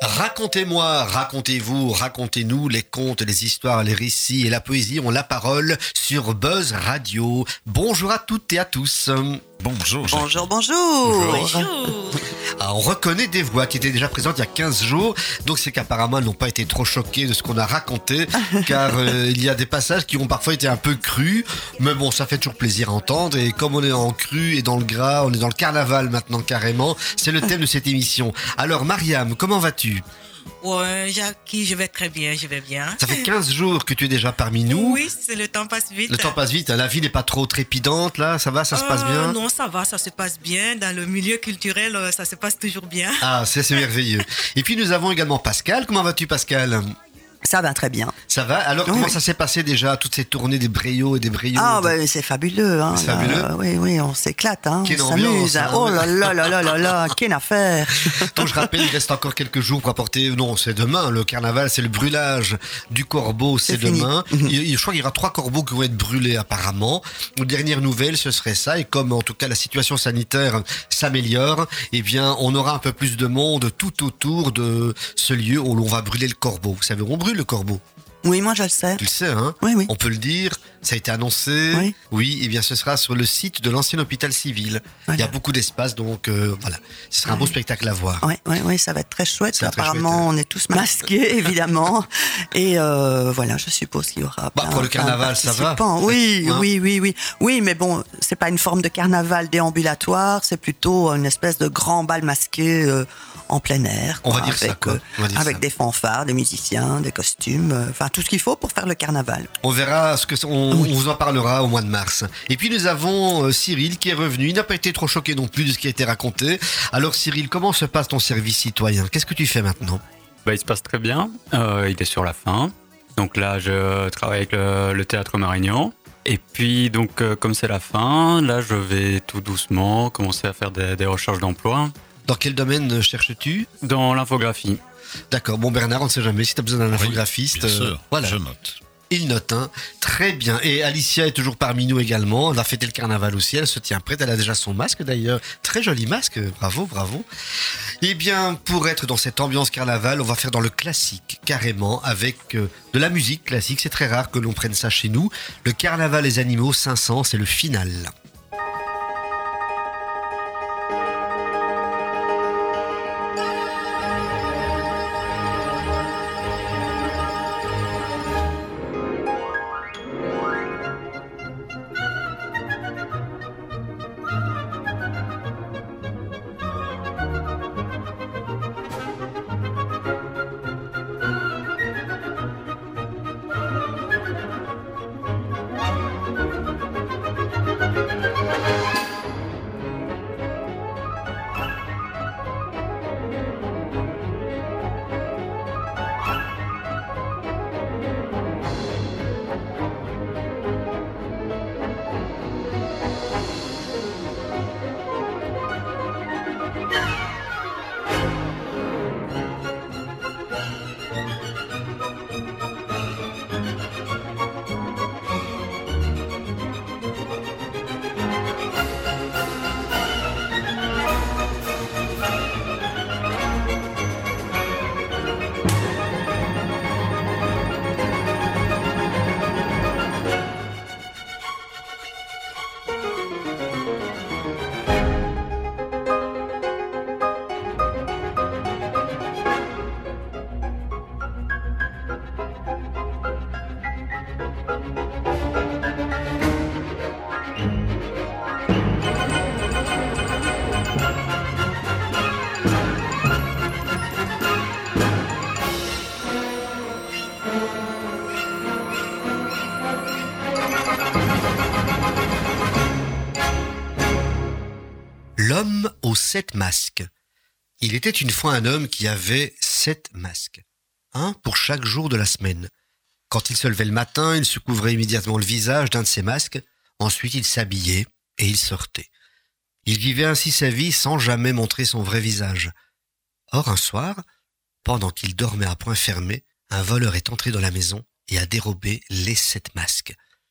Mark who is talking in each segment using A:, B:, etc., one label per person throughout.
A: Racontez-moi, racontez-vous, racontez-nous les contes, les histoires, les récits et la poésie ont la parole sur Buzz Radio. Bonjour à toutes et à tous.
B: Bonjour. Jacques.
C: Bonjour.
A: Ah, on reconnaît des voix qui étaient déjà présentes il y a 15 jours, donc c'est qu'apparemment elles n'ont pas été trop choquées de ce qu'on a raconté, car il y a des passages qui ont parfois été un peu crus, mais bon, ça fait toujours plaisir à entendre, et comme on est en cru et dans le gras, on est dans le carnaval maintenant carrément, c'est le thème de cette émission. Alors Mariam, comment vas-tu ?
C: Ouais, Jackie, je vais très bien, je vais bien.
A: Ça fait 15 jours que tu es déjà parmi nous.
C: Oui, le temps passe vite.
A: Le temps passe vite, la vie n'est pas trop trépidante là, ça va, ça se passe bien ?
C: Non, ça va, ça se passe bien. Dans le milieu culturel, ça se passe toujours bien.
A: Ah, c'est merveilleux. Et puis nous avons également Pascal. Comment vas-tu Pascal ?
D: Ça va très bien.
A: Ça va ? Alors comment ça s'est passé déjà, toutes ces tournées des Bréaux et des Bréaux ?
D: Ah c'est fabuleux. Hein,
A: c'est fabuleux.
D: Oui, on s'éclate. Hein,
A: quelle
D: on
A: ambiance,
D: s'amuse.
A: hein.
D: Oh là, quelle affaire.
A: Donc je rappelle, il reste encore quelques jours pour apporter... Non, c'est demain, le carnaval, c'est le brûlage du corbeau, c'est demain. Je crois qu'il y aura 3 corbeaux qui vont être brûlés apparemment. Aux dernières nouvelles, ce serait ça. Et comme en tout cas la situation sanitaire s'améliore, eh bien on aura un peu plus de monde tout autour de ce lieu où l'on va brûler le corbeau. Vous savez où on brûle le corbeau ?
D: Oui, moi je le sais.
A: Tu le sais, hein ?
D: Oui.
A: On peut le dire, ça a été annoncé. Oui, et bien ce sera sur le site de l'ancien hôpital civil.
D: Voilà.
A: Il y a beaucoup d'espace, donc voilà. Ce sera un beau spectacle à voir.
D: Oui, ça va être très chouette.
A: Ça va être
D: Apparemment,
A: très chouette.
D: on est tous masqués, évidemment. Et voilà, je suppose qu'il y aura
A: pour le carnaval, ça va.
D: Oui,
A: Hein?
D: Oui, mais bon, c'est pas une forme de carnaval déambulatoire, c'est plutôt une espèce de grand bal masqué en plein air.
A: On va dire ça, quoi.
D: Avec des fanfares, des musiciens, des costumes, enfin tout ce qu'il faut pour faire le carnaval.
A: On verra on vous en parlera au mois de mars. Et puis nous avons Cyril qui est revenu. Il n'a pas été trop choqué non plus de ce qui a été raconté. Alors Cyril, comment se passe ton service citoyen ? Qu'est-ce que tu fais maintenant ?
E: Il se passe très bien. Il est sur la fin. Donc là, je travaille avec le Théâtre Marignan. Et puis, donc, comme c'est la fin, là, je vais tout doucement commencer à faire des recherches d'emploi.
A: Dans quel domaine cherches-tu ?
E: Dans l'infographie.
A: D'accord. Bon Bernard, on ne sait jamais si tu as besoin d'un infographiste.
B: Bien sûr,
A: voilà.
B: je note.
A: Il note, hein. Très bien. Et Alicia est toujours parmi nous également. Elle va fêter le carnaval aussi. Elle se tient prête. Elle a déjà son masque d'ailleurs. Très joli masque. Bravo. Eh bien, pour être dans cette ambiance carnaval, on va faire dans le classique, carrément, avec de la musique classique. C'est très rare que l'on prenne ça chez nous. Le carnaval des animaux 500, c'est le final. L'homme aux 7 masques. Il était une fois un homme qui avait 7 masques, un pour chaque jour de la semaine. Quand il se levait le matin, il se couvrait immédiatement le visage d'un de ces masques, ensuite il s'habillait et il sortait. Il vivait ainsi sa vie sans jamais montrer son vrai visage. Or un soir, pendant qu'il dormait à poing fermé, un voleur est entré dans la maison et a dérobé les 7 masques.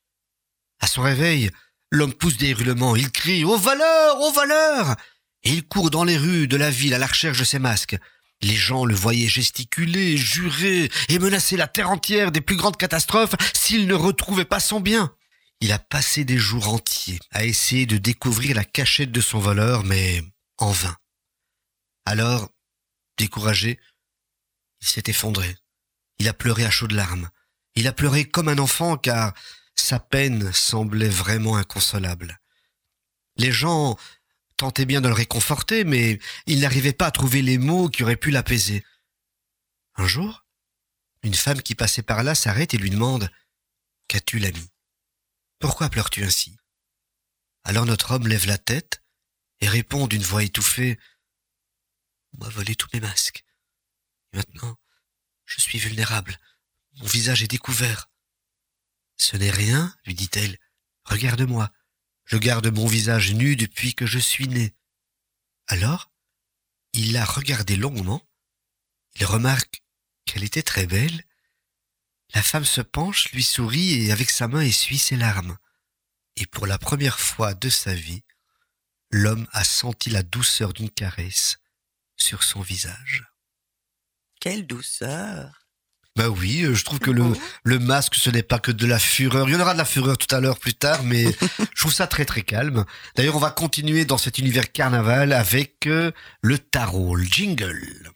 A: À son réveil, l'homme pousse des hurlements, il crie « Au voleur ! Au voleur !» et il court dans les rues de la ville à la recherche de ses masques. Les gens le voyaient gesticuler, jurer et menacer la terre entière des plus grandes catastrophes s'il ne retrouvait pas son bien. Il a passé des jours entiers à essayer de découvrir la cachette de son voleur, mais en vain. Alors, découragé, il s'est effondré. Il a pleuré à chaudes larmes. Il a pleuré comme un enfant car sa peine semblait vraiment inconsolable. Les gens tentaient bien de le réconforter, mais il n'arrivait pas à trouver les mots qui auraient pu l'apaiser. Un jour, une femme qui passait par là s'arrête et lui demande « Qu'as-tu, l'ami ? Pourquoi pleures-tu ainsi ?» Alors notre homme lève la tête et répond d'une voix étouffée « On m'a volé tous mes masques. Et maintenant, je suis vulnérable. Mon visage est découvert. »« Ce n'est rien, lui dit-elle. Regarde-moi. Je garde mon visage nu depuis que je suis né. » Alors, il l'a regardée longuement. Il remarque qu'elle était très belle. La femme se penche, lui sourit et avec sa main essuie ses larmes. Et pour la première fois de sa vie, l'homme a senti la douceur d'une caresse sur son visage.
D: Quelle douceur!
A: Bah oui, je trouve que le masque, ce n'est pas que de la fureur. Il y en aura de la fureur tout à l'heure, plus tard, mais je trouve ça très très calme. D'ailleurs, on va continuer dans cet univers carnaval avec le tarot, le jingle.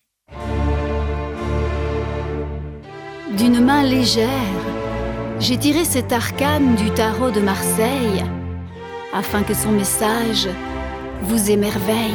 B: D'une main légère, j'ai tiré cet arcane du tarot de Marseille, afin que son message vous émerveille.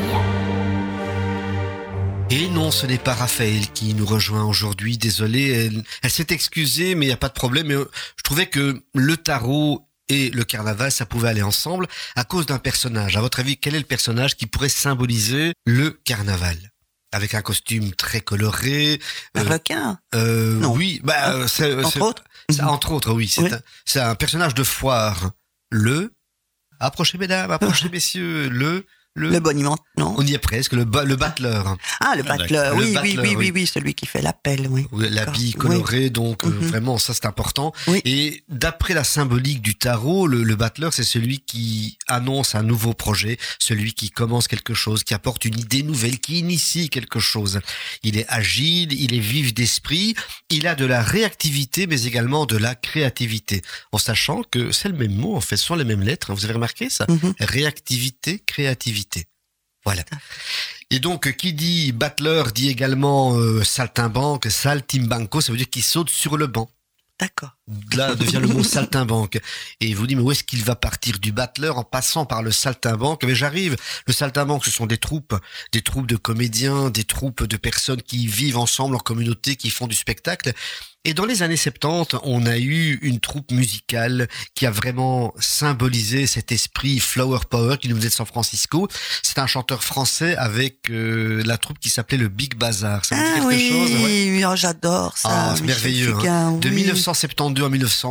A: Et non, ce n'est pas Raphaël qui nous rejoint aujourd'hui, désolé, elle s'est excusée, mais il n'y a pas de problème. Mais je trouvais que le tarot et le carnaval, ça pouvait aller ensemble à cause d'un personnage. À votre avis, quel est le personnage qui pourrait symboliser le carnaval ? Avec un costume très coloré.
D: Un requin? Non.
A: Oui,
D: entre autres.
A: Entre autres, oui. C'est un personnage de foire. Approchez mesdames, approchez messieurs,
D: Le boniment, non?
A: On y est presque, le battleur.
D: Ah, le battleur, oui, celui qui fait l'appel, oui.
A: L'habit coloré, donc vraiment, ça c'est important.
D: Oui.
A: Et d'après la symbolique du tarot, le battleur, c'est celui qui annonce un nouveau projet, celui qui commence quelque chose, qui apporte une idée nouvelle, qui initie quelque chose. Il est agile, il est vif d'esprit, il a de la réactivité, mais également de la créativité. En sachant que c'est le même mot, en fait, ce sont les mêmes lettres, hein, vous avez remarqué ça? Réactivité, créativité. Voilà. Et donc, qui dit battleur dit également saltimbanque, saltimbanco, ça veut dire qu'il saute sur le banc.
D: D'accord.
A: Là devient le mot saltimbanque. Et vous dites, mais où est-ce qu'il va partir du battleur en passant par le saltimbanque? Mais j'arrive. Le saltimbanque, ce sont des troupes de comédiens, des troupes de personnes qui vivent ensemble en communauté, qui font du spectacle. Et dans les années 70, on a eu une troupe musicale qui a vraiment symbolisé cet esprit Flower Power qui nous venait de San Francisco. C'est un chanteur français avec la troupe qui s'appelait le Big Bazar. Ça vous dit quelque chose?
D: Oui, j'adore ça.
A: Ah, c'est merveilleux.
D: Fugain,
A: De 1972 à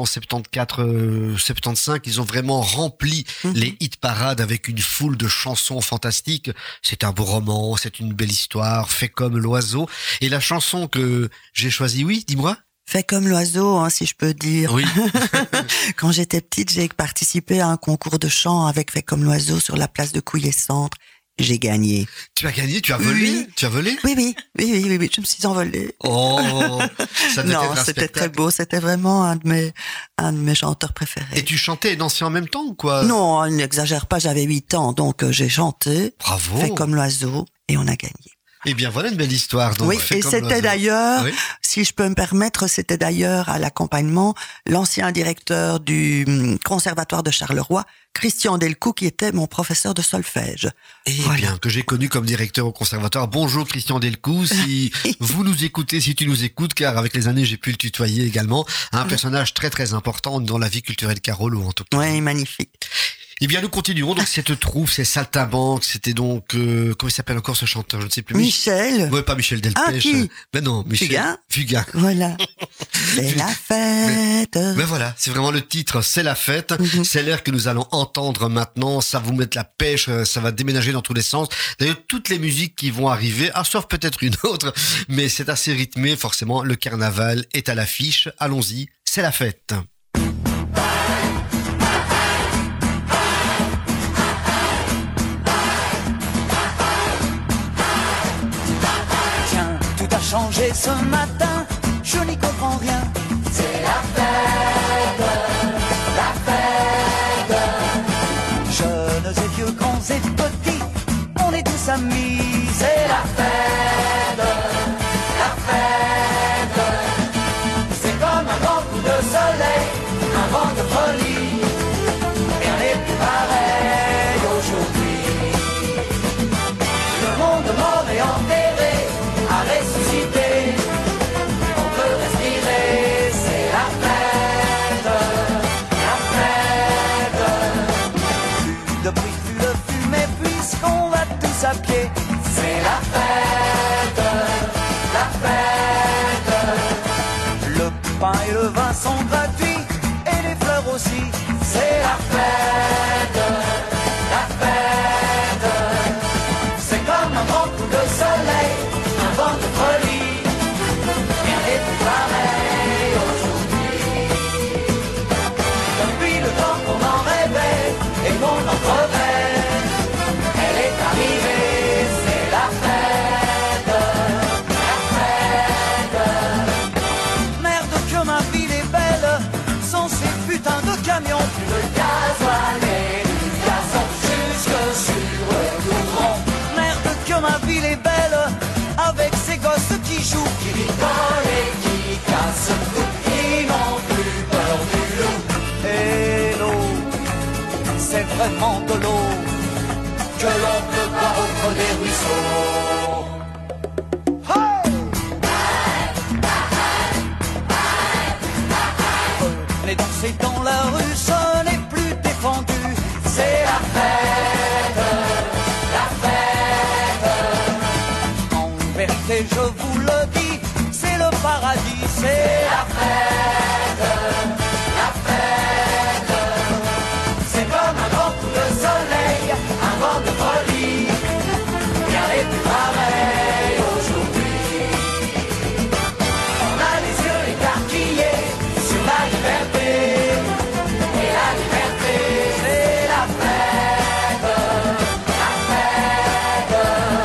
A: 1974, 75, ils ont vraiment rempli les hit parades avec une foule de chansons fantastiques. C'est un beau roman, c'est une belle histoire, fait comme l'oiseau. Et la chanson que j'ai choisie, oui, dis-moi.
D: Fait comme l'oiseau, hein, si je peux dire.
A: Oui.
D: Quand j'étais petite, j'ai participé à un concours de chant avec Fait comme l'oiseau sur la place de Couillet-Centre. J'ai gagné.
A: Tu as gagné? Tu as volé?
D: Oui.
A: Tu as volé?
D: Oui, je me suis envolée.
A: Oh, ça devait être un
D: c'était
A: spectacle.
D: très beau, c'était vraiment un de mes chanteurs préférés.
A: Et tu chantais et dansais en même temps ou quoi?
D: Non, n'exagère pas, j'avais 8 ans, donc j'ai chanté.
A: Bravo.
D: Fait comme l'oiseau, et on a gagné.
A: Eh bien, voilà une belle histoire. Donc,
D: oui,
A: fait
D: et
A: comme
D: c'était
A: l'oiseau.
D: d'ailleurs,
A: Oui.
D: si je peux me permettre, c'était d'ailleurs à l'accompagnement l'ancien directeur du conservatoire de Charleroi, Christian Delcoux, qui était mon professeur de solfège.
A: Eh
D: Voilà.
A: bien, que j'ai connu comme directeur au conservatoire. Bonjour Christian Delcoux, si vous nous écoutez, si tu nous écoutes, car avec les années j'ai pu le tutoyer également. Un personnage très très important dans la vie culturelle Carole, ou en tout cas.
D: Oui, magnifique.
A: Eh bien, nous continuons. Donc, cette troupe, c'est Saltimbanque. C'était donc, comment il s'appelle encore ce chanteur? Je ne sais plus.
D: Michel.
A: Ouais, pas Michel Delpech.
D: Ah, qui?
A: Ben non, Michel. Fugain.
D: Voilà. C'est la fête.
A: Ben voilà, c'est vraiment le titre, c'est la fête. C'est l'air que nous allons entendre maintenant. Ça va vous mettre la pêche, ça va déménager dans tous les sens. D'ailleurs, toutes les musiques qui vont arriver, sauf peut-être une autre, mais c'est assez rythmé. Forcément, le carnaval est à l'affiche. Allons-y, c'est la fête.
F: Tiens, changé ce matin, je n'y comprends rien. C'est la fête, la fête. Jeunes et vieux, grands et petits, on est tous amis. C'est la fête, la fête. C'est comme un grand coup de soleil, un vent de folie. Rien n'est plus pareil aujourd'hui. Le monde mort et enterré a ressuscité. On peut respirer, c'est la fête, la fête. Plus de bruit, plus de fumée, puisqu'on va tous à pied. C'est la fête, la fête. Le pain et le vin sont gratuits, et les fleurs aussi. C'est la fête, la fête. C'est comme un grand coup de soleil, un vent de folie. Rien n'est plus pareil aujourd'hui. Depuis le temps qu'on en rêvait et qu'on en crevait, elle est arrivée, c'est la fête, la fête. Merde que ma ville est belle, sans ces putains de camions. Plus de gasoil et du gazon jusque sur le goudron. Merde que ma ville est belle, avec ces gosses qui jouent, qui rigolent et qui cassent tout, qui n'ont plus peur du loup. Et l'eau, c'est vraiment de l'eau que l'on peut boire au creux des ruisseaux. Hey! Les danser dans la rue, ce n'est plus défendu. C'est la fête, la fête. En vérité, je vous le dis, c'est le paradis. C'est la fête, la fête. C'est comme un grand coup de soleil, un vent de folie. Rien n'est plus pareil aujourd'hui. On a les yeux écarquillés sur la liberté. Et la liberté, c'est la fête, la fête.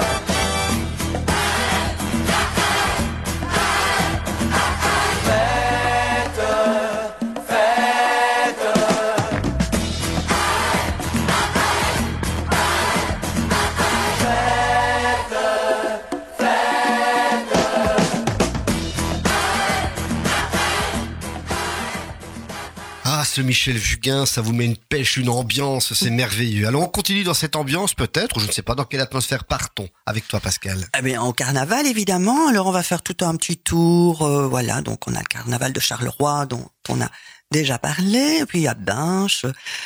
A: Ah, ce Michel Fugain, ça vous met une pêche, une ambiance, c'est merveilleux. Alors on continue dans cette ambiance peut-être, ou je ne sais pas dans quelle atmosphère partons avec toi Pascal.
D: Eh bien, au carnaval, évidemment. Alors, on va faire tout un petit tour. Voilà, donc on a le carnaval de Charleroi, dont on a déjà parlé. Puis il y a Binche,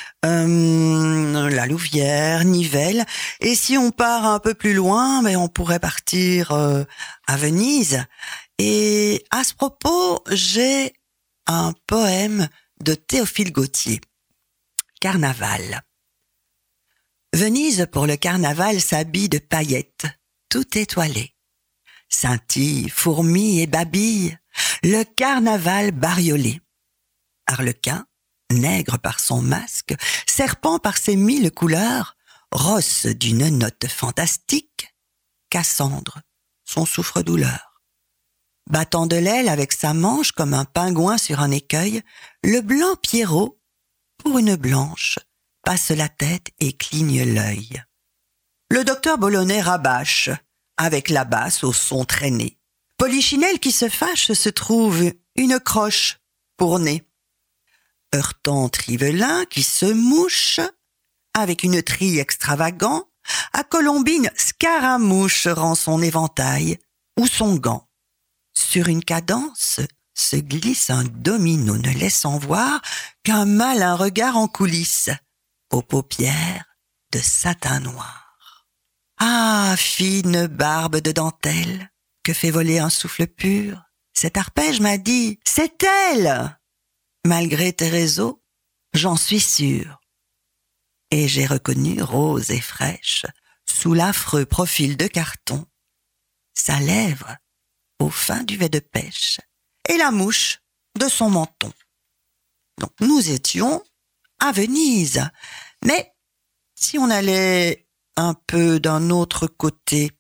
D: la Louvière, Nivelles. Et si on part un peu plus loin, on pourrait partir à Venise. Et à ce propos, j'ai un poème de Théophile Gautier. Carnaval. Venise pour le carnaval s'habille de paillettes, tout étoilé. Scintille, fourmis et babille, le carnaval bariolé. Arlequin, nègre par son masque, serpent par ses 1000 couleurs, rosse d'une note fantastique, Cassandre, son souffre-douleur. Battant de l'aile avec sa manche comme un pingouin sur un écueil, le blanc Pierrot, pour une blanche, passe la tête et cligne l'œil. Le docteur Boulonnais rabâche, avec la basse au son traîné. Polichinelle qui se fâche se trouve une croche pour nez. Heurtant Trivelin qui se mouche, avec une trille extravagant, à Colombine Scaramouche rend son éventail ou son gant. Sur une cadence se glisse un domino ne laissant voir qu'un malin regard en coulisses, aux paupières de satin noir. Ah, fine barbe de dentelle, que fait voler un souffle pur, cet arpège m'a dit « C'est elle !» Malgré tes réseaux, j'en suis sûre. Et j'ai reconnu, rose et fraîche, sous l'affreux profil de carton, sa lèvre au fin duvet de pêche et la mouche de son menton. Donc nous étions à Venise. Mais si on allait un peu d'un autre côté,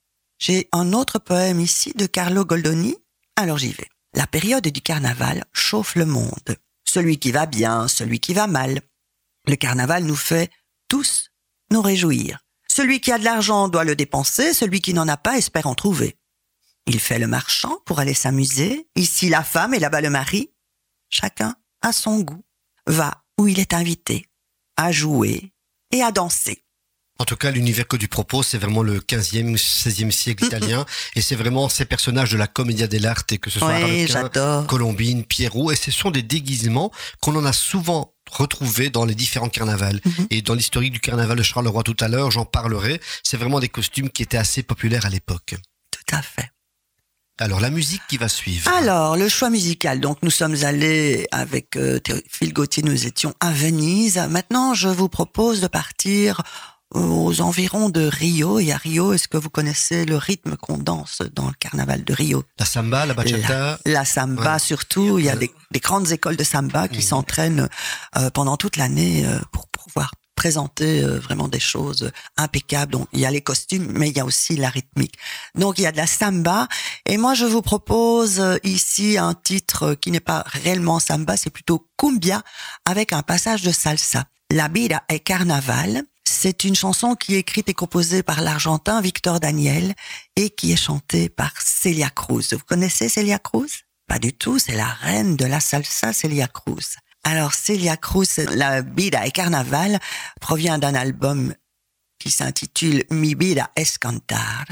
D: J'ai un autre poème ici de Carlo Goldoni. Alors j'y vais. La période du carnaval chauffe le monde. Celui qui va bien, celui qui va mal. Le carnaval nous fait tous nous réjouir. Celui qui a de l'argent doit le dépenser, celui qui n'en a pas espère en trouver. Il fait le marchand pour aller s'amuser. Ici la femme et là-bas le mari. Chacun a son goût. Va où il est invité, à jouer et à danser.
A: En tout cas, l'univers que tu proposes, c'est vraiment le 15e, 16e siècle italien. Et c'est vraiment ces personnages de la commedia dell'arte, que ce soit
D: Oui,
A: Arlequin,
D: j'adore.
A: Colombine, Pierrot. Et ce sont des déguisements qu'on en a souvent retrouvés dans les différents carnavals. Et dans l'historique du carnaval de Charleroi tout à l'heure, j'en parlerai. C'est vraiment des costumes qui étaient assez populaires à l'époque.
D: Tout à fait.
A: Alors, la musique qui va suivre.
D: Alors, le choix musical. Donc, nous sommes allés avec Théophile Gautier, nous étions à Venise. Maintenant, je vous propose de partir aux environs de Rio. Et à Rio, est-ce que vous connaissez le rythme qu'on danse dans le carnaval de Rio?
A: La samba, la bachata.
D: La samba,
A: Ouais.
D: surtout. Il y a des grandes écoles de samba qui s'entraînent pendant toute l'année pour pouvoir présenter vraiment des choses impeccables. Donc, il y a les costumes, mais il y a aussi la rythmique. Donc, il y a de la samba. Et moi, je vous propose ici un titre qui n'est pas réellement samba, c'est plutôt cumbia, avec un passage de salsa. La vida est carnaval. C'est une chanson qui est écrite et composée par l'Argentin Victor Daniel et qui est chantée par Celia Cruz. Vous connaissez Celia Cruz? Pas du tout, c'est la reine de la salsa, Celia Cruz. Alors, Celia Cruz, La vida est carnaval, provient d'un album qui s'intitule Mi vida es cantar.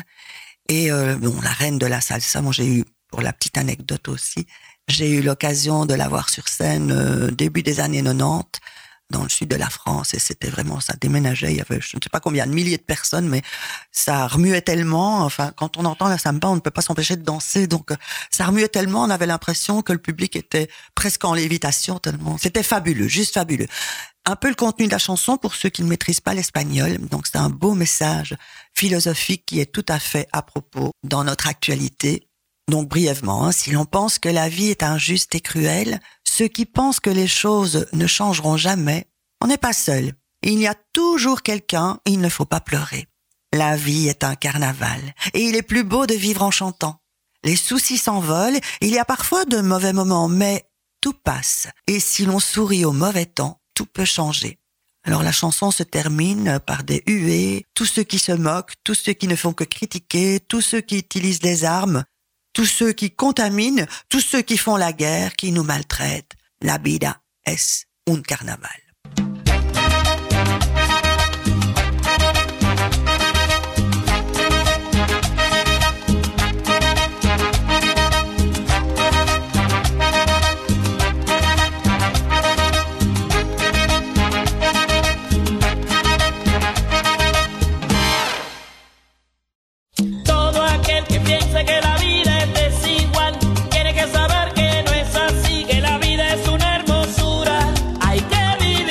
D: Et la reine de la salsa, moi j'ai eu, pour la petite anecdote aussi, j'ai eu l'occasion de la voir sur scène début des années 90 dans le sud de la France, et c'était vraiment, ça déménageait, il y avait je ne sais pas combien de milliers de personnes, mais ça remuait tellement, enfin, quand on entend la samba, on ne peut pas s'empêcher de danser, donc ça remuait tellement, on avait l'impression que le public était presque en lévitation, tellement, c'était fabuleux, juste fabuleux. Un peu le contenu de la chanson pour ceux qui ne maîtrisent pas l'espagnol, donc c'est un beau message philosophique qui est tout à fait à propos dans notre actualité. Donc brièvement, si l'on pense que la vie est injuste et cruelle, ceux qui pensent que les choses ne changeront jamais, on n'est pas seul. Il y a toujours quelqu'un, il ne faut pas pleurer. La vie est un carnaval, et il est plus beau de vivre en chantant. Les soucis s'envolent, il y a parfois de mauvais moments, mais tout passe. Et si l'on sourit au mauvais temps, tout peut changer. Alors la chanson se termine par des huées, tous ceux qui se moquent, tous ceux qui ne font que critiquer, tous ceux qui utilisent des armes, tous ceux qui contaminent, tous ceux qui font la guerre, qui nous maltraitent. La vida es un carnaval.
G: Todo aquel que piense que la vida es desigual tiene que saber que no es así, que la vida es una hermosura. Hay que vivir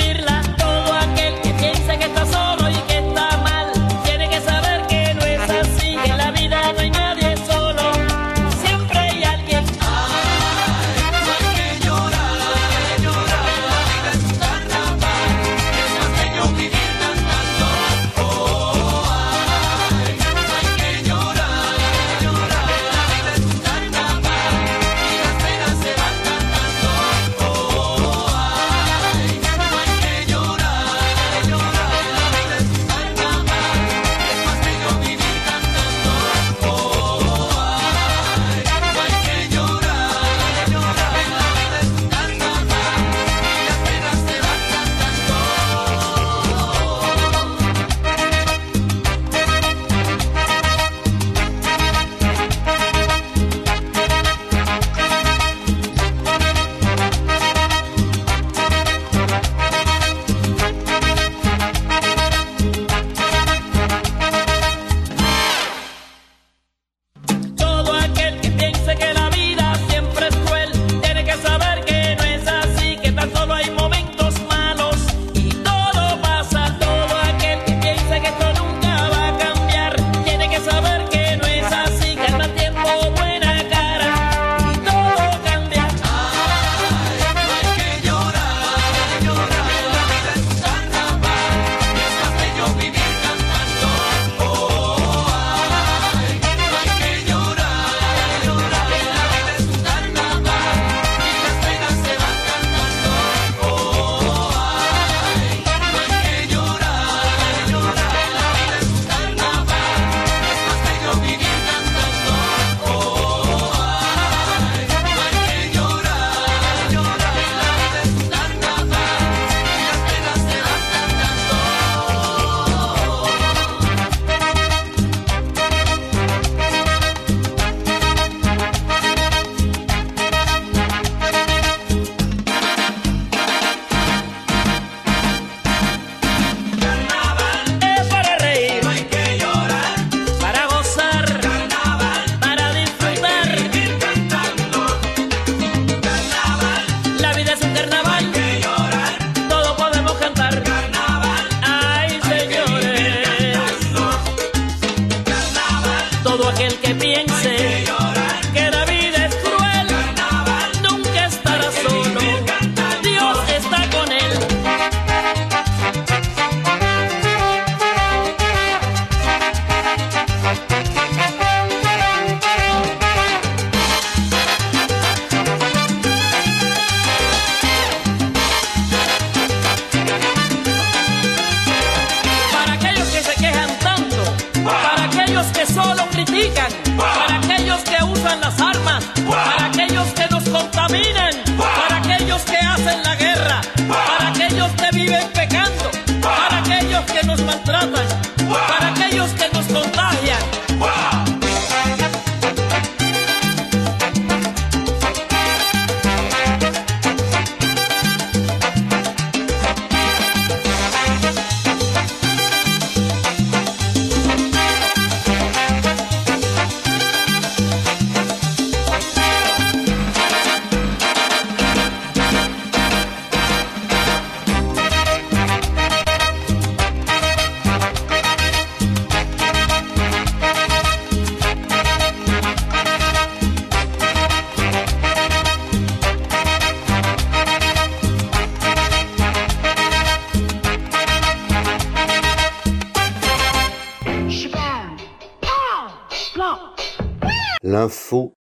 A: l'info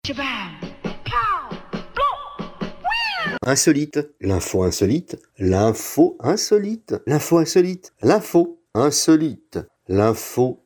A: insolite, l'info insolite, l'info insolite, l'info insolite, l'info insolite, l'info.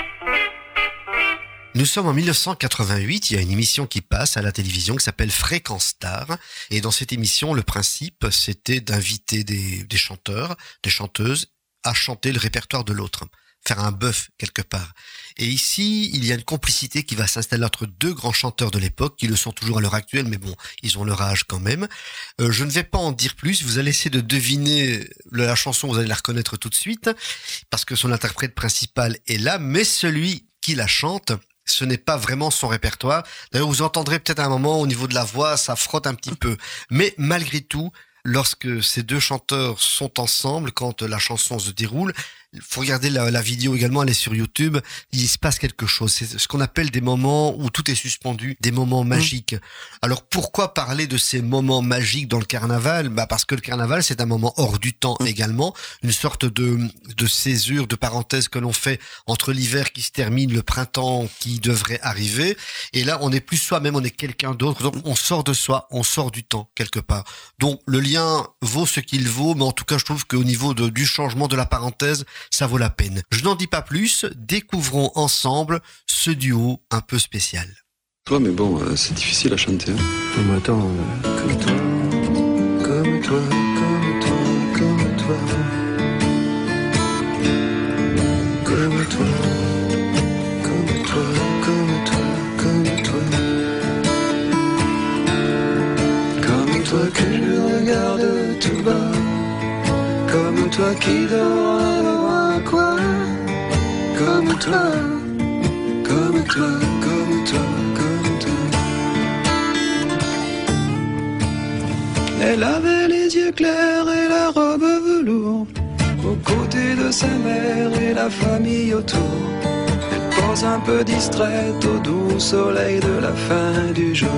A: Nous sommes en 1988, il y a une émission qui passe à la télévision qui s'appelle Fréquence Star. Et dans cette émission, le principe, c'était d'inviter des chanteurs, des chanteuses à chanter le répertoire de l'autre, faire un bœuf quelque part. Et ici, il y a une complicité qui va s'installer entre deux grands chanteurs de l'époque, qui le sont toujours à l'heure actuelle, mais bon, ils ont leur âge quand même. Je ne vais pas en dire plus, vous allez essayer de deviner la chanson, vous allez la reconnaître tout de suite, parce que son interprète principal est là, mais celui qui la chante, ce n'est pas vraiment son répertoire. D'ailleurs, vous entendrez peut-être à un moment, au niveau de la voix, ça frotte un petit peu. Mais malgré tout, lorsque ces deux chanteurs sont ensemble, quand la chanson se déroule, il faut regarder la vidéo également, elle est sur YouTube, il se passe quelque chose. C'est ce qu'on appelle des moments où tout est suspendu, des moments magiques. Alors pourquoi parler de ces moments magiques dans le carnaval ? Parce que le carnaval, c'est un moment hors du temps également, une sorte de césure, de parenthèse que l'on fait entre l'hiver qui se termine, le printemps qui devrait arriver. Et là, on n'est plus soi-même, on est quelqu'un d'autre. Donc on sort de soi, on sort du temps quelque part. Donc le lien vaut ce qu'il vaut, mais en tout cas, je trouve qu'au niveau du changement de la parenthèse, ça vaut la peine. Je n'en dis pas plus, découvrons ensemble ce duo un peu spécial.
H: Toi, mais bon, c'est difficile à chanter.
I: Non mais attends, comme toi, comme toi, comme toi, comme toi, comme toi, comme toi, comme toi, comme toi, comme toi que je regarde tout bas, comme toi qui dort. Quoi? Comme toi, comme toi, comme toi, comme toi. Elle avait les yeux clairs et la robe velours, aux côtés de sa mère et la famille autour. Elle pense un peu distraite au doux soleil de la fin du jour.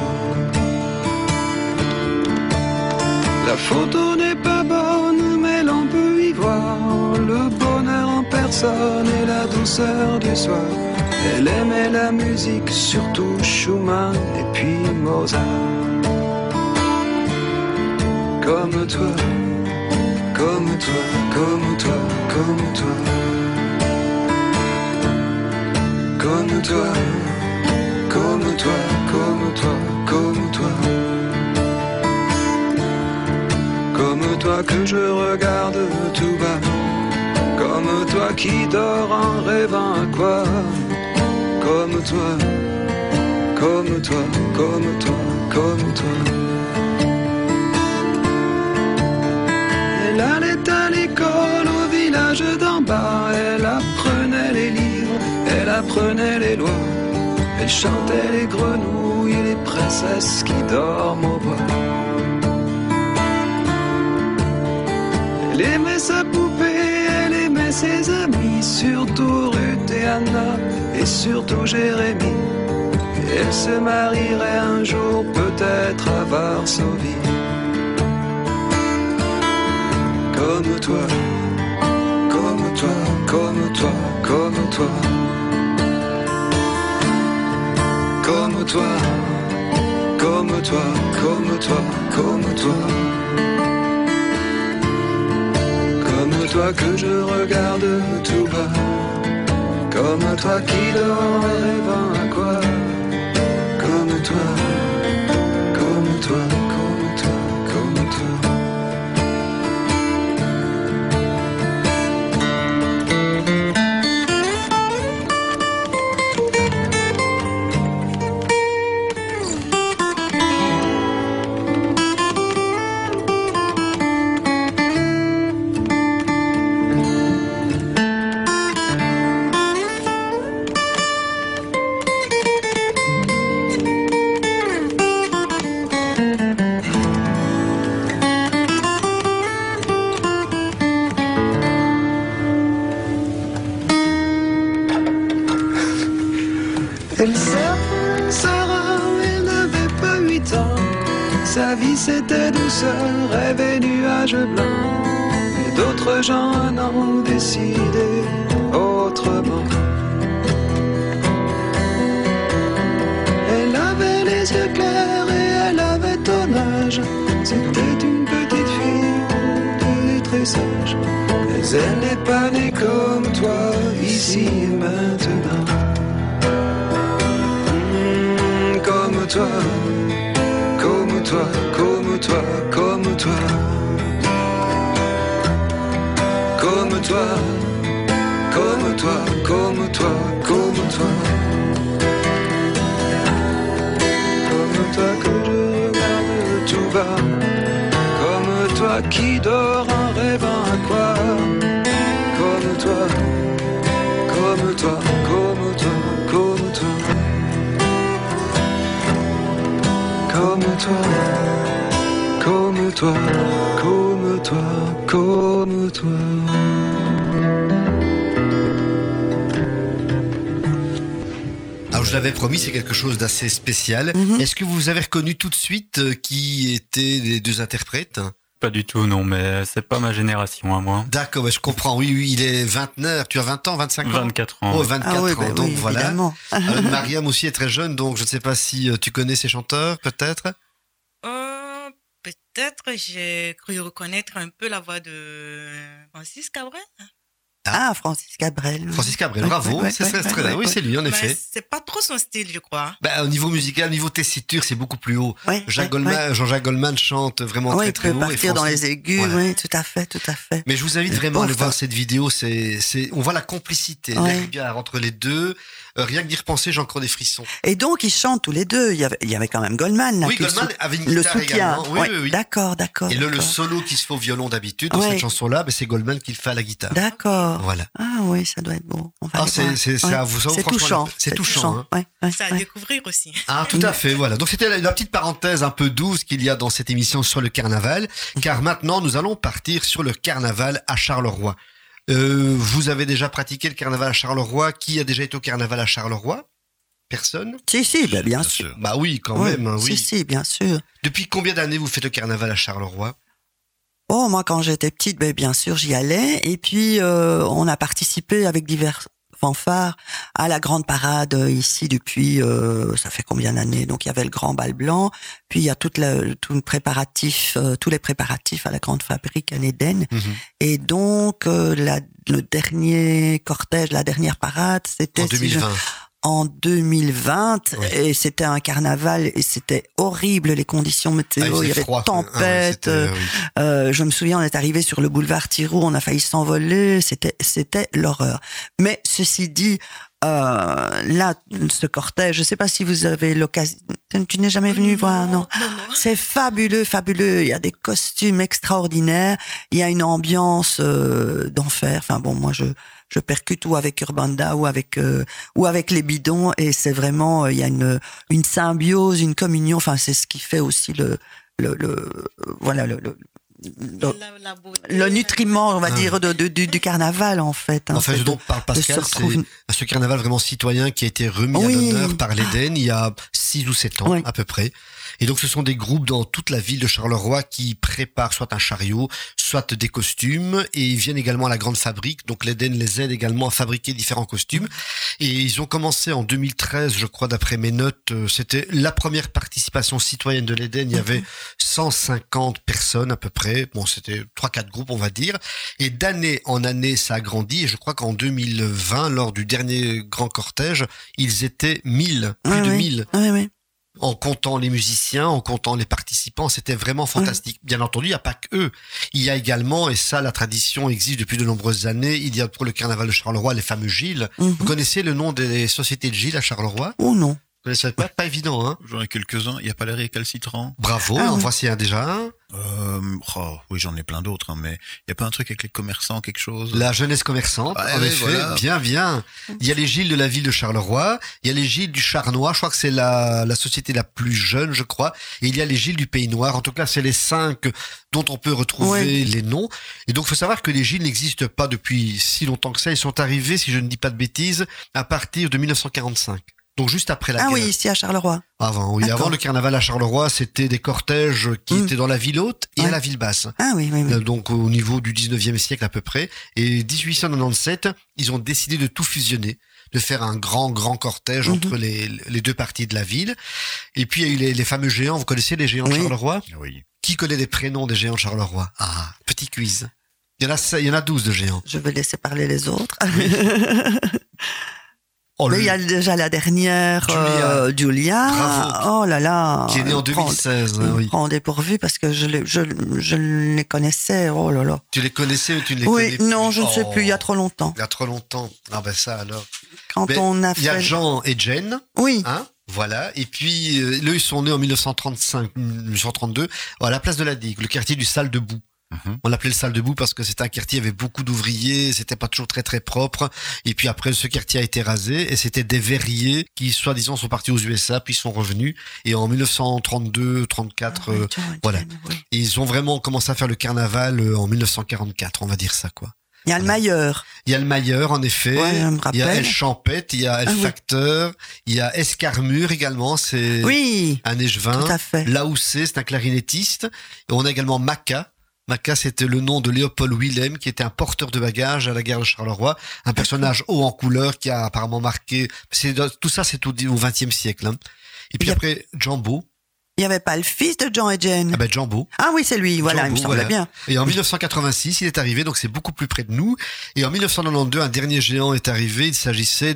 I: La photo n'est pas bonne, mais l'on peut y voir le bonheur en personne et la douceur du soir. Elle aimait la musique, surtout Schumann et puis Mozart. Comme toi, comme toi, comme toi, comme toi, comme toi, comme toi, comme toi, comme toi. Comme toi que je regarde tout bas, comme toi qui dors en rêvant à quoi. Comme toi, comme toi, comme toi, comme toi. Elle allait à l'école au village d'en bas, elle apprenait les livres, elle apprenait les lois, elle chantait les grenouilles et les princesses qui dorment au bois. Elle aimait sa poupée, elle aimait ses amis, surtout Ruth et Anna, et surtout Jérémie. Et elle se marierait un jour, peut-être à Varsovie. Comme toi, comme toi, comme toi, comme toi. Comme toi, comme toi, comme toi, comme toi. Comme toi que je regarde tout bas, comme toi qui dors rêvant à quoi. Comme toi, comme toi, comme toi, comme toi. Elle s'appelait Sarah, elle n'avait pas 8 ans. Sa vie c'était douceur, rêve et nuages blancs. Et d'autres gens en ont décidé autrement. Elle les yeux clairs et elle avait ton âge. C'était une petite fille douée et très sage. Mais elle n'est pas née comme toi, ici et maintenant. Comme toi, comme toi, comme toi, comme toi. Comme toi, comme toi, comme toi, comme toi. Comme toi que je regarde tout bas. Comme toi qui dors en rêvant à quoi. Comme toi, comme toi, comme toi, comme toi. Comme toi, comme toi, comme toi, comme toi.
A: Alors je l'avais promis, c'est quelque chose d'assez spécial. Est-ce que vous avez reconnu tout de suite qui étaient les deux interprètes ?
E: Pas du tout, non, mais c'est pas ma génération à moi.
A: D'accord, je comprends. Oui, il est vingtenaire. Tu as 20 ans, 25 ans ?
E: 24 ans.
A: Oh, 24 ans, donc voilà.
D: Évidemment.
A: Mariam aussi est très jeune, donc je ne sais pas si tu connais ces chanteurs, peut-être ?
C: Peut-être j'ai cru reconnaître un peu la voix de Francis Cabrel.
D: Ah, Francis Cabrel.
A: Francis Cabrel, bravo. Oui, c'est lui, en effet.
C: C'est pas trop son style, je crois.
A: Au niveau musical, au niveau tessiture, c'est beaucoup plus haut.
D: Ouais,
A: Jean-Jacques Goldman chante vraiment très très haut.
D: Il peut partir dans les aigus,
A: voilà.
D: oui, tout à fait.
A: Mais je vous invite vraiment à aller voir cette vidéo. On voit la complicité, les regards entre les deux. Rien que d'y repenser, j'ai encore des frissons.
D: Et donc, ils chantent tous les deux. Il y avait quand même Goldman, là.
A: Oui, Goldman avait une
D: le
A: guitare
D: soutien.
A: également. Oui.
D: D'accord.
A: Et le solo qui se fait au violon d'habitude, dans cette chanson-là, c'est Goldman qui le fait à la guitare.
D: D'accord.
A: Voilà.
D: Ah oui, ça doit être beau.
A: C'est touchant. C'est touchant.
C: C'est à découvrir aussi.
A: Ah, tout à fait, voilà. Donc c'était la petite parenthèse un peu douce qu'il y a dans cette émission sur le carnaval, car maintenant nous allons partir sur le carnaval à Charleroi. Vous avez déjà pratiqué le carnaval à Charleroi ? Qui a déjà été au carnaval à Charleroi ? Personne ?
D: Si, bien sûr.
A: Bah oui, quand même, oui.
D: Si, bien sûr.
A: Depuis combien d'années vous faites le carnaval à Charleroi ?
D: Oh, moi, quand j'étais petite, bien sûr, j'y allais. Et puis, on a participé avec divers fanfares à la grande parade ici depuis, ça fait combien d'années ? Donc, il y avait le grand bal blanc. Puis, il y a tous les préparatifs à la grande fabrique à l'Éden. Et donc, le dernier cortège, la dernière parade, c'était...
A: En 2020.
D: En 2020,
A: oui.
D: Et c'était un carnaval et c'était horrible les conditions météo, il y avait
A: froid.
D: tempête. Je me souviens, on est arrivé sur le boulevard Thiroux, on a failli s'envoler, c'était l'horreur. Mais ceci dit, là, ce cortège, je sais pas si vous avez l'occasion, tu n'es jamais venu voir, non. C'est fabuleux. Il y a des costumes extraordinaires, il y a une ambiance d'enfer. Enfin bon, moi je percute ou avec Urbanda ou avec les bidons et c'est vraiment il y a une symbiose, une communion. Enfin, c'est ce qui fait aussi le nutriment, on va dire, du carnaval, en fait.
A: Enfin, je donc parle, Pascal, c'est ce carnaval vraiment citoyen qui a été remis à l'honneur par l'Éden il y a 6 ou 7 ans, à peu près. Et donc, ce sont des groupes dans toute la ville de Charleroi qui préparent soit un chariot, soit des costumes. Et ils viennent également à la grande fabrique. Donc, l'Éden les aide également à fabriquer différents costumes. Et ils ont commencé en 2013, je crois, d'après mes notes. C'était la première participation citoyenne de l'Éden. Il y avait 150 personnes à peu près. Bon, c'était 3-4 groupes, on va dire. Et d'année en année, ça a grandi. Et je crois qu'en 2020, lors du dernier grand cortège, ils étaient 1000, plus de 1000.
D: Oui.
A: En comptant les musiciens, en comptant les participants, c'était vraiment fantastique. Bien entendu, il n'y a pas que eux. Il y a également, et ça, la tradition existe depuis de nombreuses années, il y a pour le carnaval de Charleroi les fameux Gilles. Vous connaissez le nom des sociétés de Gilles à Charleroi ?
D: Oh non.
A: Vous connaissez pas évident, hein ?
J: J'en ai quelques-uns. Il n'y a pas les récalcitrants.
A: Bravo, en voici un déjà un.
J: Oui, j'en ai plein d'autres, hein, mais il n'y a pas un truc avec les commerçants, quelque chose?
A: La jeunesse commerçante, en effet, voilà. Bien. Il y a les Gilles de la ville de Charleroi, il y a les Gilles du Charnois, je crois que c'est la société la plus jeune, je crois, et il y a les Gilles du Pays Noir. En tout cas, c'est les 5 dont on peut retrouver les noms. Et donc, il faut savoir que les Gilles n'existent pas depuis si longtemps que ça. Ils sont arrivés, si je ne dis pas de bêtises, à partir de 1945. Donc juste après la guerre.
D: Ah oui, ici à Charleroi.
A: Avant le carnaval à Charleroi, c'était des cortèges qui étaient dans la ville haute et à la ville basse.
D: Ah oui.
A: Donc au niveau du 19e siècle à peu près. Et 1897, ils ont décidé de tout fusionner. de faire un grand cortège entre les deux parties de la ville. Et puis, il y a eu les fameux géants. Vous connaissez les géants de Charleroi?
J: Oui.
A: Qui connaît les prénoms des géants de Charleroi? Ah, petit quiz. Il y en a 12 de géants.
D: Je vais laisser parler les autres.
A: Oh,
D: mais il y a déjà la dernière, Julia.
A: Bravo.
D: Oh là là.
A: Qui est née en 2016. Oui.
D: Prends dépourvu parce que je les connaissais. Oh là là.
A: Tu les connaissais ou tu ne les connais plus?
D: Non, je ne sais plus. Il y a trop longtemps.
A: Il y a trop longtemps. Ah ben ça alors. Il y a Jean et Jen.
D: Oui.
A: Hein, voilà. Et puis, eux, ils sont nés en 1932, à la place de la Digue, le quartier du Salle Debout. On l'appelait le Salle Debout parce que c'était un quartier, il y avait beaucoup d'ouvriers, c'était pas toujours très propre. Et puis après, ce quartier a été rasé et c'était des verriers qui, soi-disant, sont partis aux USA puis sont revenus. Et en 1932, 34, voilà. Oui. Et ils ont vraiment commencé à faire le carnaval en 1944, on va dire ça, quoi.
D: Il y a le Mailleur.
A: Il y a le Mailleur, en effet.
D: Ouais,
A: il y a El Champette, il y a El Facteur, il y a Escarmure également, c'est un échevin.
D: Tout à fait.
A: Laoussé, c'est un clarinettiste. Et on a également Maca. Maca, c'était le nom de Léopold Willem, qui était un porteur de bagages à la gare de Charleroi, un personnage haut en couleur qui a apparemment marqué. Tout ça, c'est au XXe siècle. Hein. Et puis après, Jambo.
D: Il n'y avait pas le fils de Jean et Jen.
A: Ah ben Jambo.
D: Ah oui, c'est lui, voilà,
A: Jambo,
D: il me semblait bien.
A: Et en 1986, il est arrivé, donc c'est beaucoup plus près de nous. Et en 1992, un dernier géant est arrivé, il s'agissait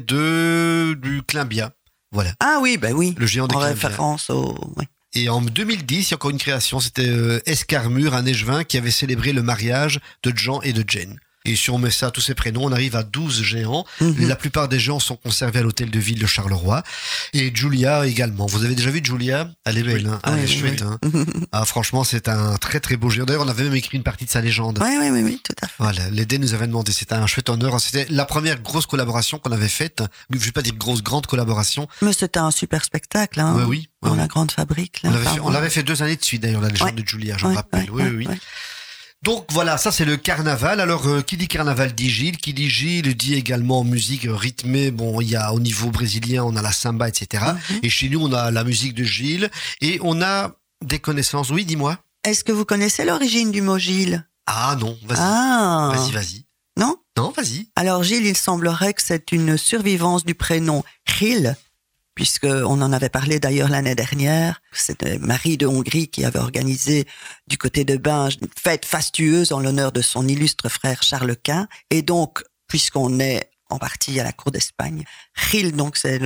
A: du Climbia. Voilà.
D: Ah oui, ben oui.
A: Le géant de Climbia.
D: En référence au... Oui.
A: Et en 2010, il y a encore une création, c'était Escarmure, un échevin qui avait célébré le mariage de Jean et de Jen. Et si on met ça à tous ces prénoms, on arrive à 12 géants. La plupart des géants sont conservés à l'hôtel de ville de Charleroi. Et Julia également. Vous avez déjà vu Julia? Elle est belle, hein? Elle est chouette, hein? Ah, franchement, c'est un très beau géant. D'ailleurs, on avait même écrit une partie de sa légende.
D: Oui, tout à fait.
A: Voilà, l'Eden nous avait demandé. C'était un chouette honneur. C'était la première grosse collaboration qu'on avait faite. Je vais pas dire grande collaboration.
D: Mais c'était un super spectacle, hein?
A: Oui.
D: Dans la grande fabrique, là.
A: On l'avait fait 2 années de suite, d'ailleurs, la légende de Julia, j'en rappelle. Oui. Donc voilà, ça c'est le carnaval. Alors qui dit carnaval dit Gilles, qui dit Gilles dit également musique rythmée. Bon, il y a au niveau brésilien, on a la samba, etc. Et chez nous, on a la musique de Gilles et on a des connaissances. Oui, dis-moi.
D: Est-ce que vous connaissez l'origine du mot Gilles?
A: Ah non, vas-y. Vas-y.
D: Non,
A: vas-y.
D: Alors Gilles, il semblerait que c'est une survivance du prénom Gil, puisqu'on en avait parlé d'ailleurs l'année dernière. C'était Marie de Hongrie qui avait organisé du côté de Binge une fête fastueuse en l'honneur de son illustre frère Charles Quint. Et donc, puisqu'on est en partie à la cour d'Espagne, Gil, donc c'est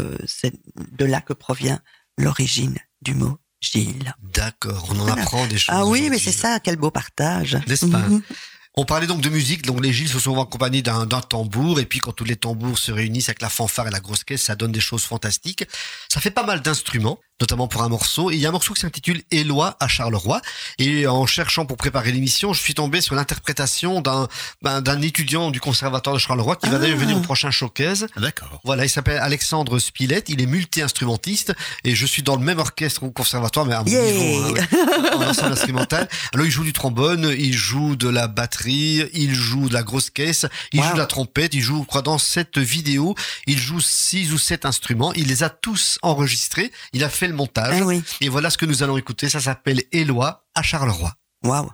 D: de là que provient l'origine du mot Gilles.
A: D'accord, on en apprend des choses.
D: Ah oui, mais c'est ça, quel beau partage.
A: N'est-ce pas? On parlait donc de musique, donc les Gilles sont souvent accompagnés d'un tambour, et puis quand tous les tambours se réunissent avec la fanfare et la grosse caisse, ça donne des choses fantastiques. Ça fait pas mal d'instruments, notamment pour un morceau, et il y a un morceau qui s'intitule Éloi à Charleroi, et en cherchant pour préparer l'émission, je suis tombé sur l'interprétation d'un étudiant du conservatoire de Charleroi, qui va d'ailleurs venir au prochain showcase.
J: D'accord.
A: Voilà, il s'appelle Alexandre Spilett, il est multi-instrumentiste, et je suis dans le même orchestre au conservatoire, mais à mon niveau, en ensemble instrumental. Alors il joue du trombone, il joue de la batterie, il joue de la grosse caisse, il joue de la trompette, il joue, je crois, dans cette vidéo, il joue 6 ou 7 instruments, il les a tous enregistrés, il a fait le montage, et voilà ce que nous allons écouter, ça s'appelle Éloi à Charleroi.
D: Waouh.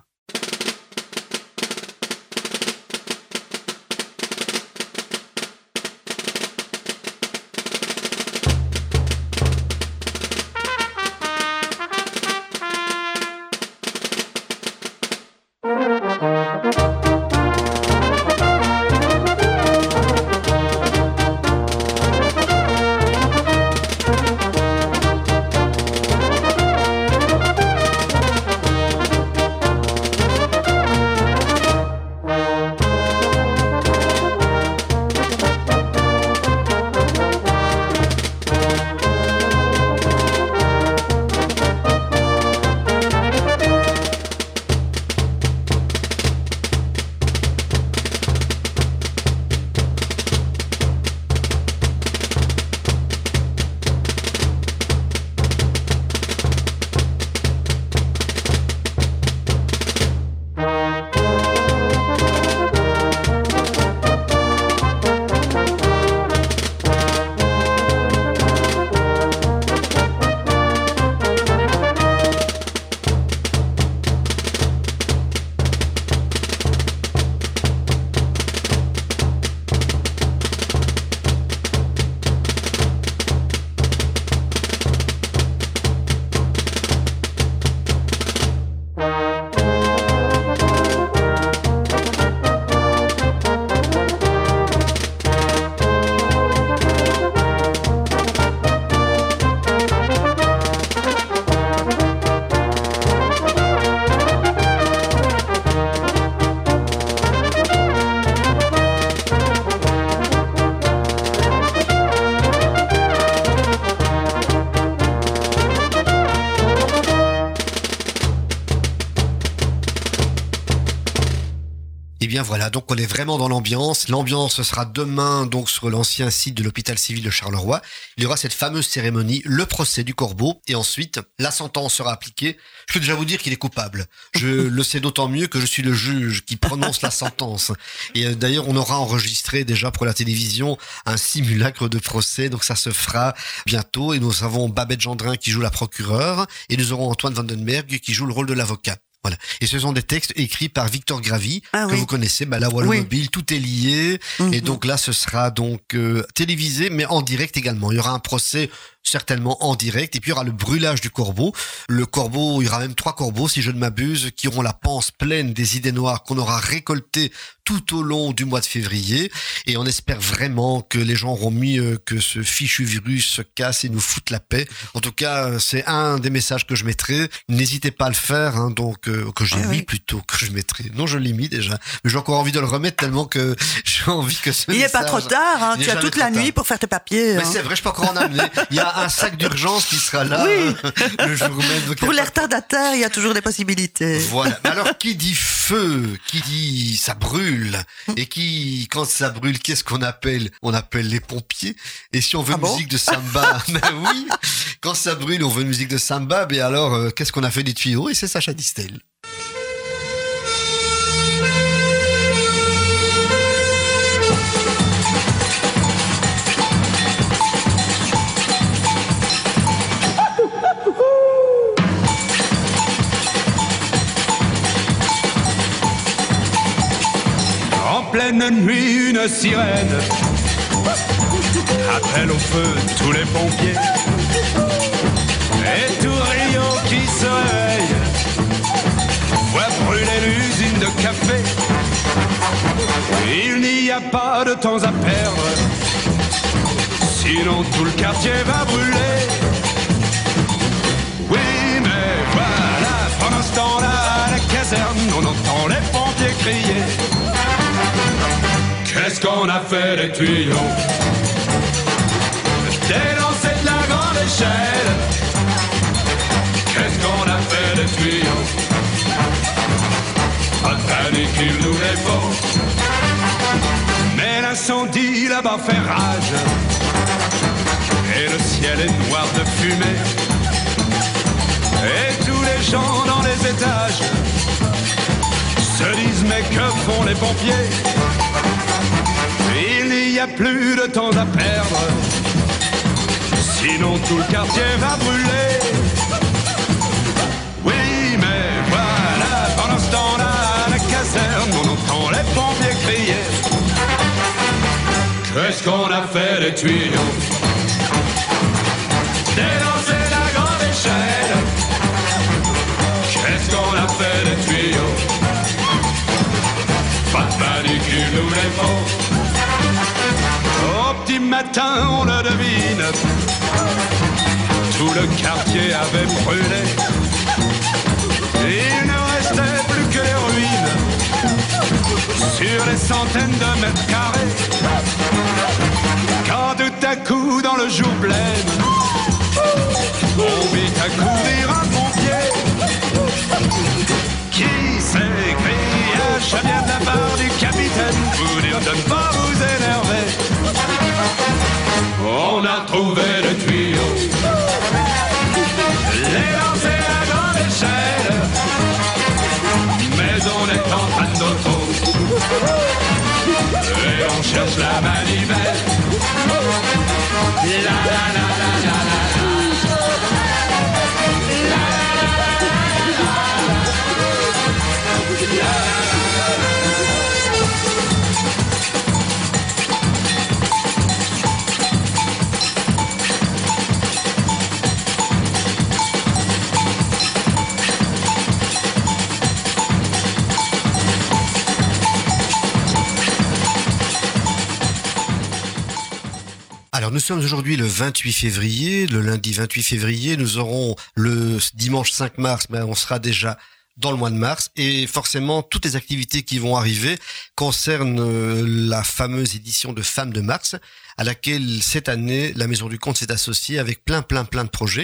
A: Et bien voilà, donc on est vraiment dans l'ambiance. L'ambiance sera demain donc sur l'ancien site de l'hôpital civil de Charleroi. Il y aura cette fameuse cérémonie, le procès du corbeau, et ensuite la sentence sera appliquée. Je peux déjà vous dire qu'il est coupable. Je le sais d'autant mieux que je suis le juge qui prononce la sentence. Et d'ailleurs, on aura enregistré déjà pour la télévision un simulacre de procès, donc ça se fera bientôt. Et nous avons Babette Gendrin qui joue la procureure, et nous aurons Antoine Vandenberg qui joue le rôle de l'avocat. Voilà. Et ce sont des textes écrits par Victor Gravy, que vous connaissez, la Wallomobile, tout est lié. Et donc là, ce sera donc télévisé, mais en direct également. Il y aura un procès certainement en direct, et puis il y aura le brûlage du corbeau. Le corbeau, il y aura même 3 corbeaux, si je ne m'abuse, qui auront la panse pleine des idées noires qu'on aura récoltées tout au long du mois de février, et on espère vraiment que les gens auront mis que ce fichu virus se casse et nous foute la paix. En tout cas, c'est un des messages que je mettrai. N'hésitez pas à le faire, hein, donc que j'ai mis plutôt, que je mettrai. Non, je l'ai mis déjà, mais j'ai encore envie de le remettre tellement que j'ai envie que ce
D: il n'est pas trop tard, hein, tu as toute la nuit pour faire tes papiers.
A: Mais c'est vrai, je peux encore en amener. Il y a un sac d'urgence qui sera là le jour même.
D: Pour les retardataires, il y a toujours des possibilités.
A: Voilà. Mais alors, qui dit feu, qui dit ça brûle, et quand ça brûle, qu'est-ce qu'on appelle? On appelle les pompiers. Et si on veut musique de samba, ben oui, quand ça brûle, on veut une musique de samba, mais alors, qu'est-ce qu'on a fait des tuyaux? Et c'est Sacha Distel.
K: En pleine nuit, une sirène appelle au feu tous les pompiers. Et tout Rio qui se réveille voit brûler l'usine de café. Il n'y a pas de temps à perdre, sinon tout le quartier va brûler. Oui, mais voilà, pendant ce temps-là, à la caserne, on entend les pompiers crier. Qu'est-ce qu'on a fait des tuyaux? Dénoncer de la grande échelle. Qu'est-ce qu'on a fait des tuyaux? Pas de panique, il nous les faut. Mais l'incendie là-bas fait rage, et le ciel est noir de fumée. Et tous les gens dans les étages se disent mais que font les pompiers? Il n'y a plus de temps à perdre, sinon tout le quartier va brûler. Oui, mais voilà, pendant ce temps-là, à la caserne, on entend les pompiers crier. Qu'est-ce qu'on a fait des tuyaux? Dénoncer la grande échelle. Qu'est-ce qu'on a fait des tuyaux? Pas de panique, il nous les faut. Au petit matin, on le devine, tout le quartier avait brûlé. Il ne restait plus que les ruines sur les centaines de mètres carrés. Quand tout à coup, dans le jour plein, on vit à courir un pompier qui s'écria, je viens de la part du capitaine, vous dire de ne pas vous énerver. On a trouvé le tuyau, les lancer à grande échelle, mais on est en panne d'auto et on cherche la manivelle. La la la la la la.
A: Alors nous sommes aujourd'hui le 28 février, le lundi 28 février, nous aurons le dimanche 5 mars, mais on sera déjà dans le mois de mars, et forcément toutes les activités qui vont arriver concernent la fameuse édition de Femmes de Mars, à laquelle cette année la Maison du Conte s'est associée avec plein de projets.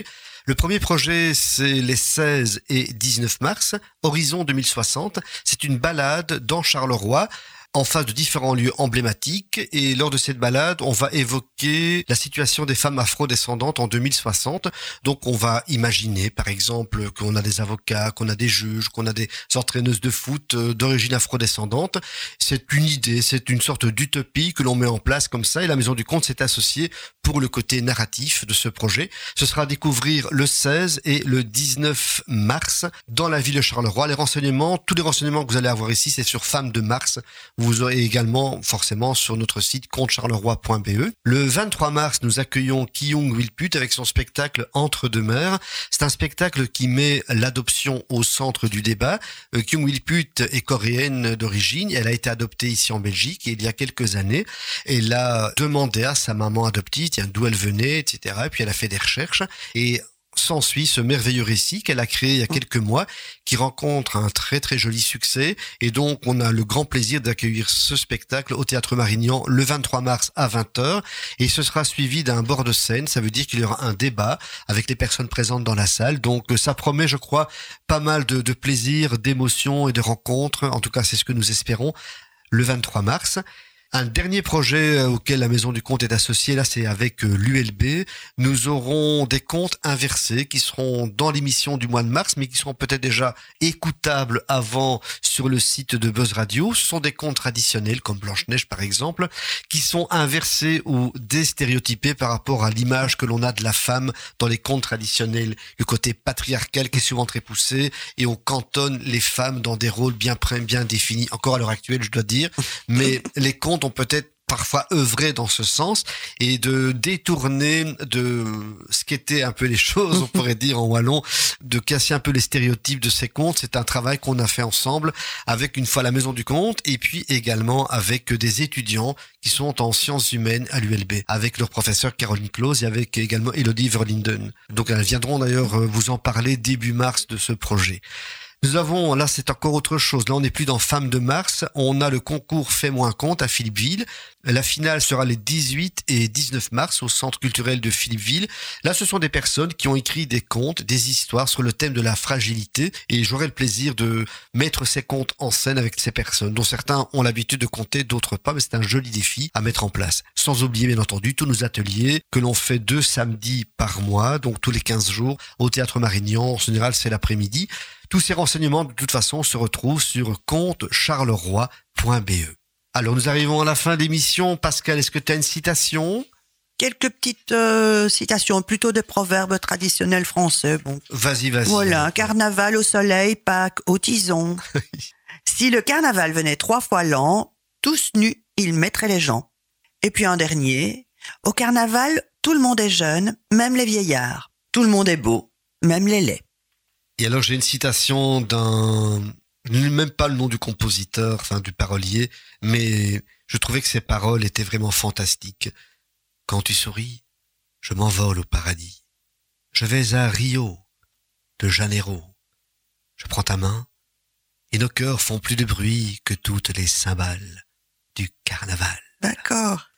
A: Le premier projet, c'est les 16 et 19 mars, Horizon 2060. C'est une balade dans Charleroi, en face de différents lieux emblématiques. Et lors de cette balade, on va évoquer la situation des femmes afrodescendantes en 2060. Donc on va imaginer, par exemple, qu'on a des avocats, qu'on a des juges, qu'on a des entraîneuses de foot d'origine afrodescendante. C'est une idée, c'est une sorte d'utopie que l'on met en place comme ça. Et la Maison du Conte s'est associée pour le côté narratif de ce projet. Ce sera à découvrir le 16 et le 19 mars dans la ville de Charleroi. Tous les renseignements que vous allez avoir ici, c'est sur Femmes de Mars. Vous aurez également forcément sur notre site contecharleroi.be. Le 23 mars, nous accueillons Kyung Wilput avec son spectacle Entre deux mers. C'est un spectacle qui met l'adoption au centre du débat. Kyung Wilput est coréenne d'origine. Elle a été adoptée ici en Belgique et il y a quelques années. Elle a demandé à sa maman adoptive d'où elle venait, etc. Et puis elle a fait des recherches et s'ensuit ce merveilleux récit qu'elle a créé il y a quelques mois, qui rencontre un très très joli succès. Et donc on a le grand plaisir d'accueillir ce spectacle au Théâtre Marignan le 23 mars à 20h. Et ce sera suivi d'un bord de scène. Ça veut dire qu'il y aura un débat avec les personnes présentes dans la salle. Donc ça promet, je crois, pas mal de plaisir, d'émotions et de rencontres. En tout cas, c'est ce que nous espérons le 23 mars. Un dernier projet auquel la Maison du Conte est associée, là, c'est avec l'ULB. Nous aurons des contes inversés qui seront dans l'émission du mois de mars, mais qui seront peut-être déjà écoutables avant sur le site de Buzz Radio. Ce sont des contes traditionnels, comme Blanche-Neige par exemple, qui sont inversés ou déstéréotypés par rapport à l'image que l'on a de la femme dans les contes traditionnels, le côté patriarcal qui est souvent très poussé, et on cantonne les femmes dans des rôles bien définis, encore à l'heure actuelle, je dois dire, mais les contes ont peut-être parfois œuvré dans ce sens et de détourner de ce qu'étaient un peu les choses, on pourrait dire en wallon, de casser un peu les stéréotypes de ces contes. C'est un travail qu'on a fait ensemble avec une fois la Maison du Conte et puis également avec des étudiants qui sont en sciences humaines à l'ULB, avec leur professeur Caroline Claus et avec également Elodie Verlinden. Donc elles viendront d'ailleurs vous en parler début mars de ce projet. Nous avons, là c'est encore autre chose, là on n'est plus dans Femmes de Mars, on a le concours Fais-moi un conte à Philippeville. La finale sera les 18 et 19 mars au Centre culturel de Philippeville. Là ce sont des personnes qui ont écrit des contes, des histoires sur le thème de la fragilité et j'aurai le plaisir de mettre ces contes en scène avec ces personnes, dont certains ont l'habitude de conter, d'autres pas, mais c'est un joli défi à mettre en place. Sans oublier bien entendu tous nos ateliers que l'on fait 2 samedis par mois, donc tous les 15 jours au Théâtre Marignan, en général c'est l'après-midi. Tous ces renseignements, de toute façon, se retrouvent sur contecharleroi.be. Alors, nous arrivons à la fin de l'émission. Pascal, est-ce que tu as une citation ?
D: Quelques petites citations, plutôt des proverbes traditionnels français. Bon.
A: Vas-y.
D: Voilà, carnaval au soleil, Pâques au tison. Si le carnaval venait 3 fois l'an, tous nus, il mettrait les gens. Et puis un dernier, au carnaval, tout le monde est jeune, même les vieillards. Tout le monde est beau, même les laids.
A: Et alors j'ai une citation même pas le nom du compositeur, enfin du parolier, mais je trouvais que ses paroles étaient vraiment fantastiques. Quand tu souris, je m'envole au paradis. Je vais à Rio de Janeiro. Je prends ta main et nos cœurs font plus de bruit que toutes les cymbales du carnaval.
D: D'accord.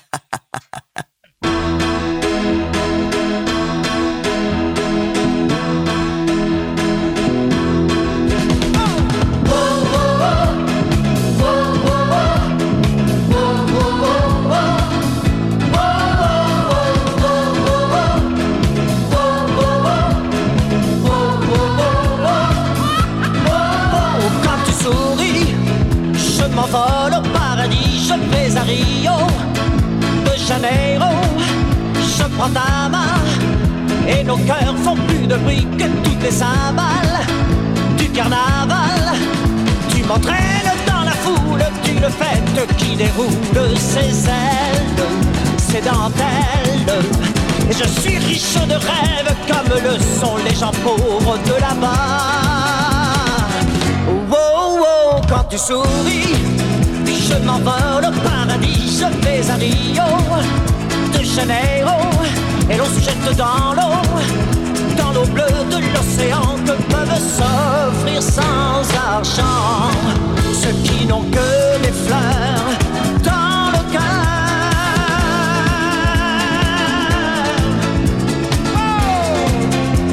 G: M'envole au paradis, je vais à Rio de Janeiro. Je prends ta main et nos cœurs font plus de bruit que toutes les cymbales du carnaval. Tu m'entraînes dans la foule d'une fête qui déroule ses ailes, ses dentelles. Et je suis riche de rêves comme le sont les gens pauvres de là-bas. Oh, oh, quand tu souris, je m'envole au paradis, je vais à Rio de Janeiro. Et l'on se jette dans l'eau bleue de l'océan que peuvent s'offrir sans argent ceux qui n'ont que des fleurs dans le cœur. Oh!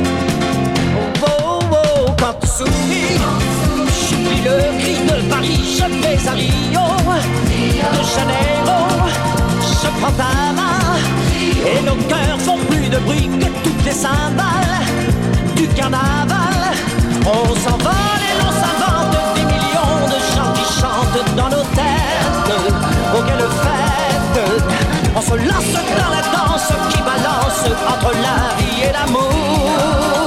G: vais à Rio de Janeiro. Je prends ta main et nos cœurs font plus de bruit que toutes les cymbales du carnaval. On s'envole et l'on s'invente des millions de gens qui chantent dans nos têtes. Oh quelle fête! On se lance dans la danse qui balance entre la vie et l'amour.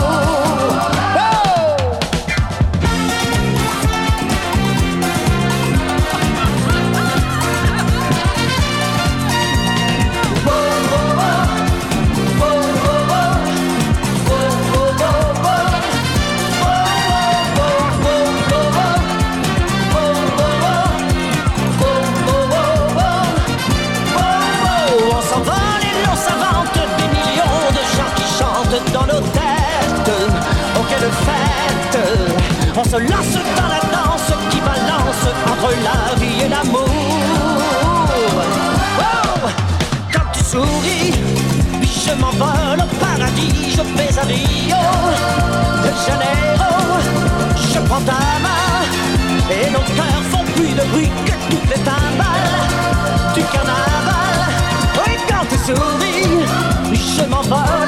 G: Dans nos têtes, oh quelle fête! On se lance dans la danse qui balance entre la vie et l'amour. Oh, quand tu souris, je m'envole au paradis. Je vais à Rio de Janeiro. Je prends ta main et nos cœurs font plus de bruit que toutes les timbales du carnaval. Oui, quand tu souris, je m'envole